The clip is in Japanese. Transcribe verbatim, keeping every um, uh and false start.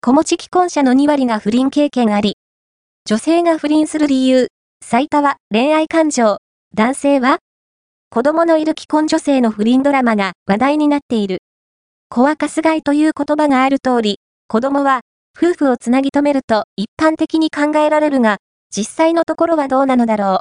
子持ち既婚者のにわりが不倫経験あり。女性が不倫する理由。最多は恋愛感情。男性は子供のいる既婚女性の不倫ドラマが話題になっている。子はかすがいという言葉がある通り、子供は夫婦をつなぎ止めると一般的に考えられるが、実際のところはどうなのだろう。